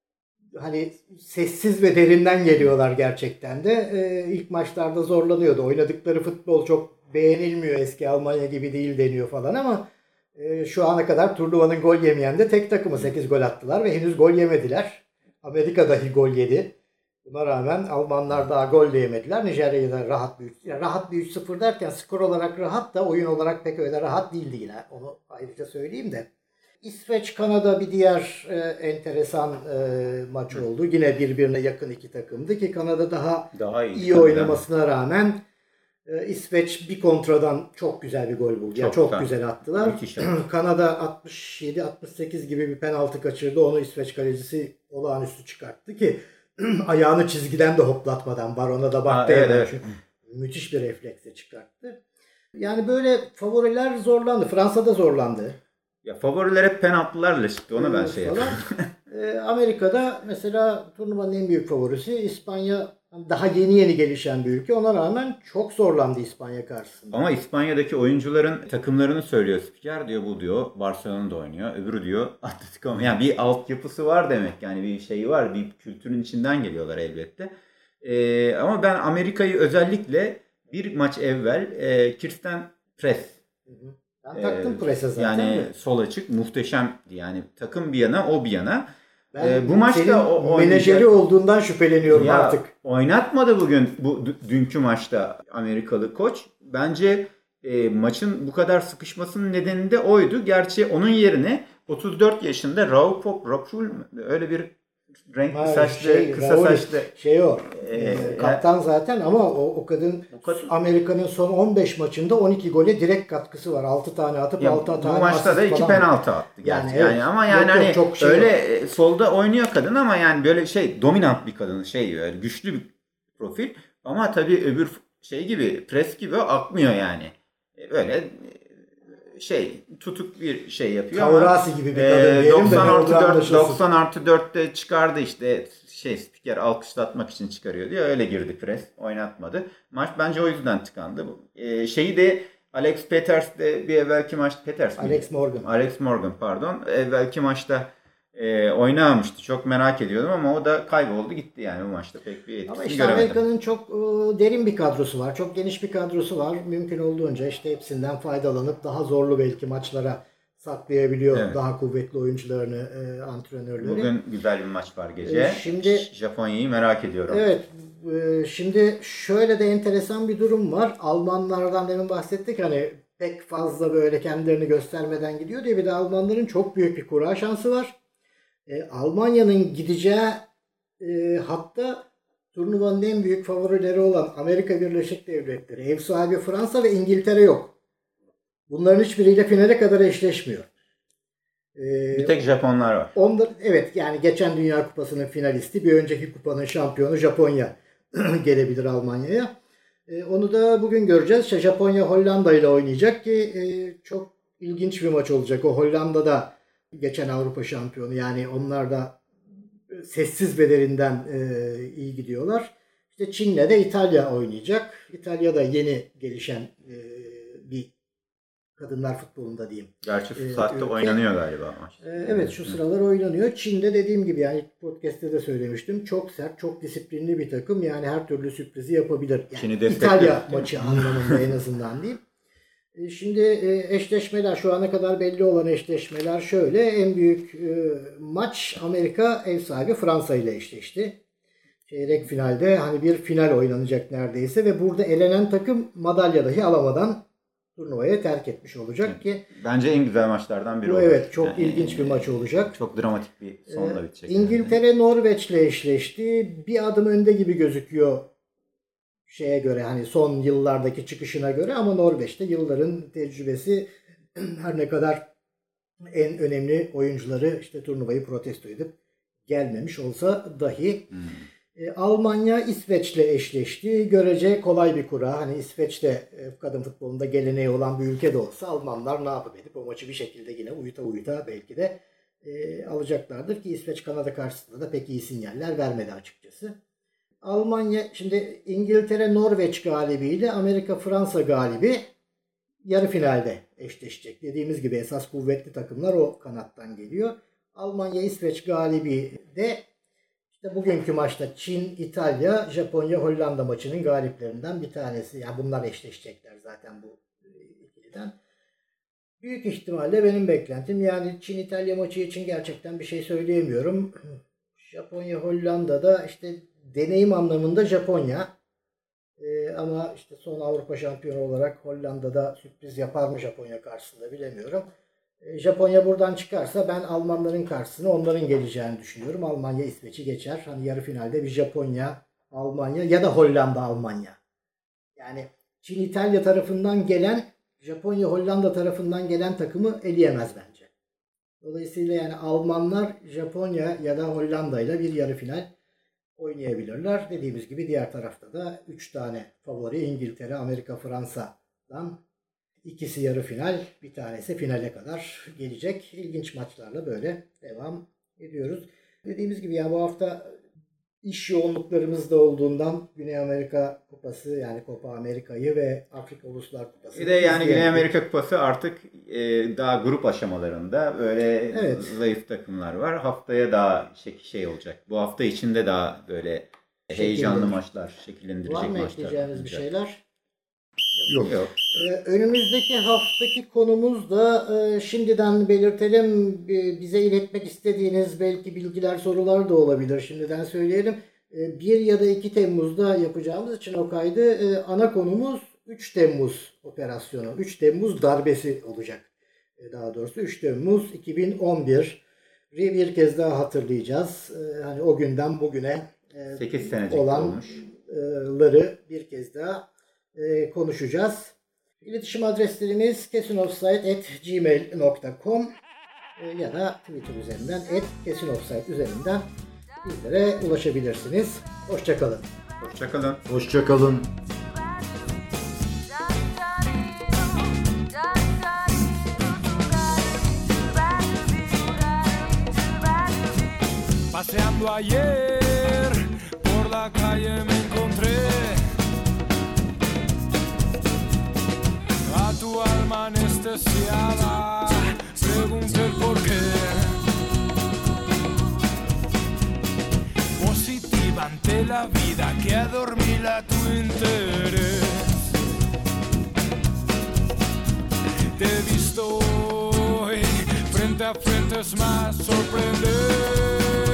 hani sessiz ve derinden geliyorlar gerçekten de. Ee, ilk maçlarda zorlanıyordu. Oynadıkları futbol çok beğenilmiyor, eski Almanya gibi değil deniyor falan ama e, şu ana kadar turnuvanın gol yemeyen de tek takımı, sekiz gol attılar ve henüz gol yemediler. Amerika dahi gol yedi. Buna rağmen Almanlar daha gol de yemediler. Nijerya'yı da rahat bir üç, yani rahat bir üç sıfır derken skor olarak rahat da oyun olarak pek öyle rahat değildi yine. Onu ayrıca söyleyeyim de. İsveç-Kanada bir diğer e, enteresan e, maç oldu. Yine birbirine yakın iki takımdı ki Kanada daha, daha iyi, iyi oynamasına rağmen e, İsveç bir kontradan çok güzel bir gol buldu. Çok, yani çok güzel, güzel attılar. Kanada altmış yedi altmış sekiz gibi bir penaltı kaçırdı. Onu İsveç kalecisi olağanüstü çıkarttı ki ayağını çizgiden de hoplatmadan, Baron'a da baktı. Ha, evet, evet. Çünkü müthiş bir refleksle çıkarttı. Yani böyle favoriler zorlandı. Fransa da zorlandı. Ya favoriler hep penaltılarla çıktı. Onu ben şey falan. yapıyorum. e, Amerika'da mesela turnuvanın en büyük favorisi İspanya. Daha yeni yeni gelişen bir ülke. Ona rağmen çok zorlandı İspanya karşısında. Ama İspanya'daki oyuncuların takımlarını söylüyor spiker, diyor bu diyor Barcelona'da oynuyor. Öbürü diyor Atletico. Yani bir altyapısı var demek. Yani bir şeyi var. Bir kültürün içinden geliyorlar elbette. Ee, ama ben Amerika'yı özellikle bir maç evvel e, Kirsten Press. Hı hı. Ben taktım e, prese zaten. Yani de. sol açık muhteşemdi. Yani takım bir yana o bir yana. Ben Ee, bu maçta o menajeri oynayacak- olduğundan şüpheleniyorum Ya, artık. oynatmadı bugün bu d- dünkü maçta Amerikalı koç. Bence e, maçın bu kadar sıkışmasının nedeni de oydu. Gerçi onun yerine otuz dört yaşında Raul Pop, Rapul öyle bir renkli Ha, saçlı, şey, kısa Raul, saçlı. Şey o. Ee, e, kaptan zaten ama o, o kadın O kadın- Amerika'nın son on beş maçında on iki gole direkt katkısı var. altı tane atıp Ya, altı tane bu maçta da asist iki falan. penaltı attı gerçi. Yani Yani, evet. ama Yok, yani yok, hani çok şey öyle yok. e, solda oynuyor kadın ama yani böyle şey dominant bir kadın, şey böyle güçlü bir profil ama tabii öbür şey gibi pres gibi akmıyor yani. E, Böyle e, şey tutuk bir şey yapıyor ama Taurasi gibi bir e, kadın diyelim de doksan ne artı olduğu dört anlaşılsın. doksan artı dörtte çıkardı işte şey spiker alkışlatmak için çıkarıyor diyor. Öyle girdi pres. Oynatmadı. Maç bence o yüzden tıkandı. E, şeyi de Alex Peters de bir evvelki maçta Peters miydi? Alex Morgan. Alex Morgan pardon. Evvelki maçta e, oynamamıştı. Çok merak ediyordum ama o da kayboldu gitti yani bu maçta pek bir etkisini Ama işte göremedim. Amerika'nın çok e, derin bir kadrosu var. Çok geniş bir kadrosu var. Mümkün olduğunca işte hepsinden faydalanıp daha zorlu belki maçlara saklayabiliyor. Evet. Daha kuvvetli oyuncularını, e, antrenörleri. Bugün güzel bir maç var gece. E, şimdi- Japonya'yı merak ediyorum. Evet. e, Şimdi şöyle de enteresan bir durum var. Almanlardan demin bahsettik hani pek fazla böyle kendilerini göstermeden gidiyor diye bir de Almanların çok büyük bir kura şansı var. E, Almanya'nın gideceği e, hatta turnuvanın en büyük favorileri olan Amerika Birleşik Devletleri, ev sahibi Fransa ve İngiltere yok. Bunların hiçbiriyle finale kadar eşleşmiyor. E, Bir tek Japonlar var. Onda, evet yani geçen Dünya Kupası'nın finalisti, bir önceki kupanın şampiyonu Japonya gelebilir Almanya'ya. E, onu da bugün göreceğiz. İşte Japonya Hollanda ile oynayacak ki e, çok ilginç bir maç olacak. O Hollanda'da geçen Avrupa şampiyonu, yani onlar da sessiz bedelinden e, iyi gidiyorlar. İşte Çin'le de İtalya oynayacak. İtalya da yeni gelişen e, bir kadınlar futbolunda diyeyim. Gerçi Ee, saatte ülke- oynanıyor galiba maç. Ee, Evet, şu sıralar oynanıyor. Çin'de dediğim gibi, yani ilk podcast'te de söylemiştim. Çok sert, çok disiplinli bir takım. Yani her türlü sürprizi yapabilir. Yani Çin'i destekliyor. İtalya maçı anlamında en azından diyeyim. Ee, Şimdi e, eşleşmeler, şu ana kadar belli olan eşleşmeler şöyle. En büyük e, maç Amerika ev sahibi Fransa ile eşleşti. Çeyrek finalde hani bir final oynanacak neredeyse ve burada elenen takım madalya dahi alamadan turnuvaya terk etmiş olacak ki Bence en güzel maçlardan biri bu olur. evet çok Yani, ilginç bir maç olacak. Çok dramatik bir sonla bitecek. İngiltere Norveç'le eşleşti. Bir adım önde gibi gözüküyor şeye göre, hani son yıllardaki çıkışına göre, ama Norveç'te yılların tecrübesi her ne kadar en önemli oyuncuları işte turnuvayı protesto edip gelmemiş olsa dahi. Hmm. E, Almanya İsveç'le eşleşti. Görece kolay bir kura. Hani İsveç'te e, kadın futbolunda geleneği olan bir ülke de olsa Almanlar ne yapıp edip o maçı bir şekilde yine uyuta uyuta belki de e, alacaklardır ki İsveç Kanada karşısında da pek iyi sinyaller vermedi açıkçası. Almanya, şimdi İngiltere Norveç galibiyle Amerika Fransa galibi yarı finalde eşleşecek. Dediğimiz gibi esas kuvvetli takımlar o kanattan geliyor. Almanya İsveç galibi de İşte bugünkü maçta Çin, İtalya, Japonya, Hollanda maçının galiplerinden bir tanesi. Yani bunlar eşleşecekler zaten bu ikiliden. Büyük ihtimalle benim beklentim, yani Çin-İtalya maçı için gerçekten bir şey söyleyemiyorum. Japonya, Hollanda'da işte deneyim anlamında Japonya. Ee, ama işte son Avrupa şampiyonu olarak Hollanda'da sürpriz yapar mı Japonya karşısında bilemiyorum. Japonya buradan çıkarsa ben Almanların karşısına onların geleceğini düşünüyorum. Almanya İsveç'i geçer. Hani yarı finalde bir Japonya, Almanya ya da Hollanda, Almanya. Yani Çin, İtalya tarafından gelen, Japonya, Hollanda tarafından gelen takımı eleyemez bence. Dolayısıyla yani Almanlar Japonya ya da Hollanda ile bir yarı final oynayabilirler. Dediğimiz gibi diğer tarafta da üç tane favori İngiltere, Amerika, Fransa'dan İkisi yarı final, bir tanesi finale kadar gelecek. İlginç maçlarla böyle devam ediyoruz. Dediğimiz gibi yani bu hafta iş yoğunluklarımız da olduğundan Güney Amerika Kupası yani Copa Amerika'yı ve Afrika Uluslar Kupası. Bir de yani Güney Amerika Kupası artık e, daha grup aşamalarında böyle evet. zayıf takımlar var. Haftaya daha şey, şey olacak. Bu hafta içinde daha böyle heyecanlı maçlar, şekillendirecek maçlar. Var mı ekleyeceğiniz bir şeyler? Yok. Yok. Ee, önümüzdeki haftaki konumuz da e, şimdiden belirtelim. E, bize iletmek istediğiniz belki bilgiler, sorular da olabilir. Şimdiden söyleyelim. E, bir ya da iki Temmuz'da yapacağımız için o kaydı e, ana konumuz üç Temmuz operasyonu. üç Temmuz darbesi olacak. E, daha doğrusu üç Temmuz iki bin on bir. Bir kez daha hatırlayacağız. E, hani o günden bugüne e, sekiz senecik olanları bir kez daha Ee, konuşacağız. İletişim adreslerimiz kesinoffside at gmail dot com ee, ya da Twitter üzerinden at kesinoffside üzerinden bizlere ulaşabilirsiniz. Hoşçakalın. Hoşçakalın. Hoşçakalın. Paseando ayer por la calle me encontré a tu alma anestesiada, pregunté el por qué. Positiva ante la vida que adormila tu interés. Te he visto hoy, frente a frente es más sorprendente.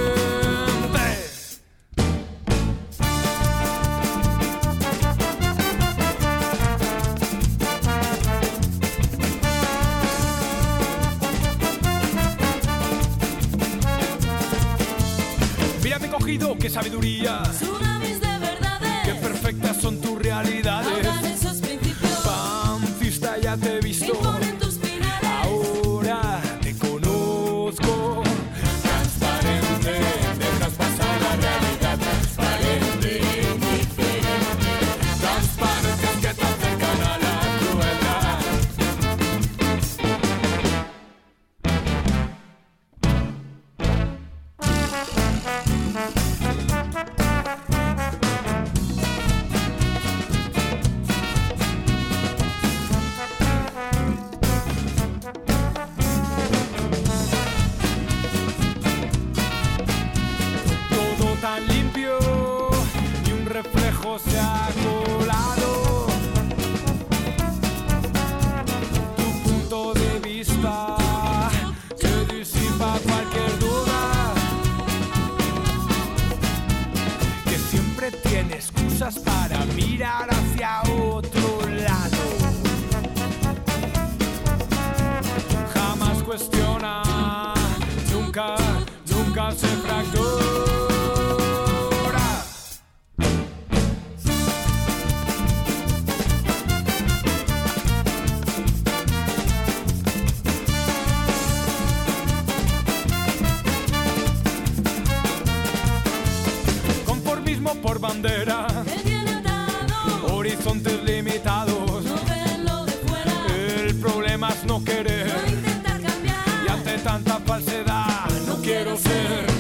Qué sabiduría, tsunamis de verdades, qué perfectas son tus realidades. ahogan esos principios, Pancista, ya te he visto, imponen tus finales. ahora te conozco. Transparente, dejas pasar la realidad. Transparente, indiferente. Transparentes que te acercan a la crueldad. Tan limpio y un reflejo se ha colado. Tu punto de vista que disipa cualquier duda, que siempre tiene excusas para mirar hacia otro lado. Jamás cuestiona, nunca, nunca se fractura. Por bandera, Me tiene atado, horizontes limitados. no ven lo de fuera, El problema es no querer. no intentar cambiar. Y ante tanta falsedad, no quiero ser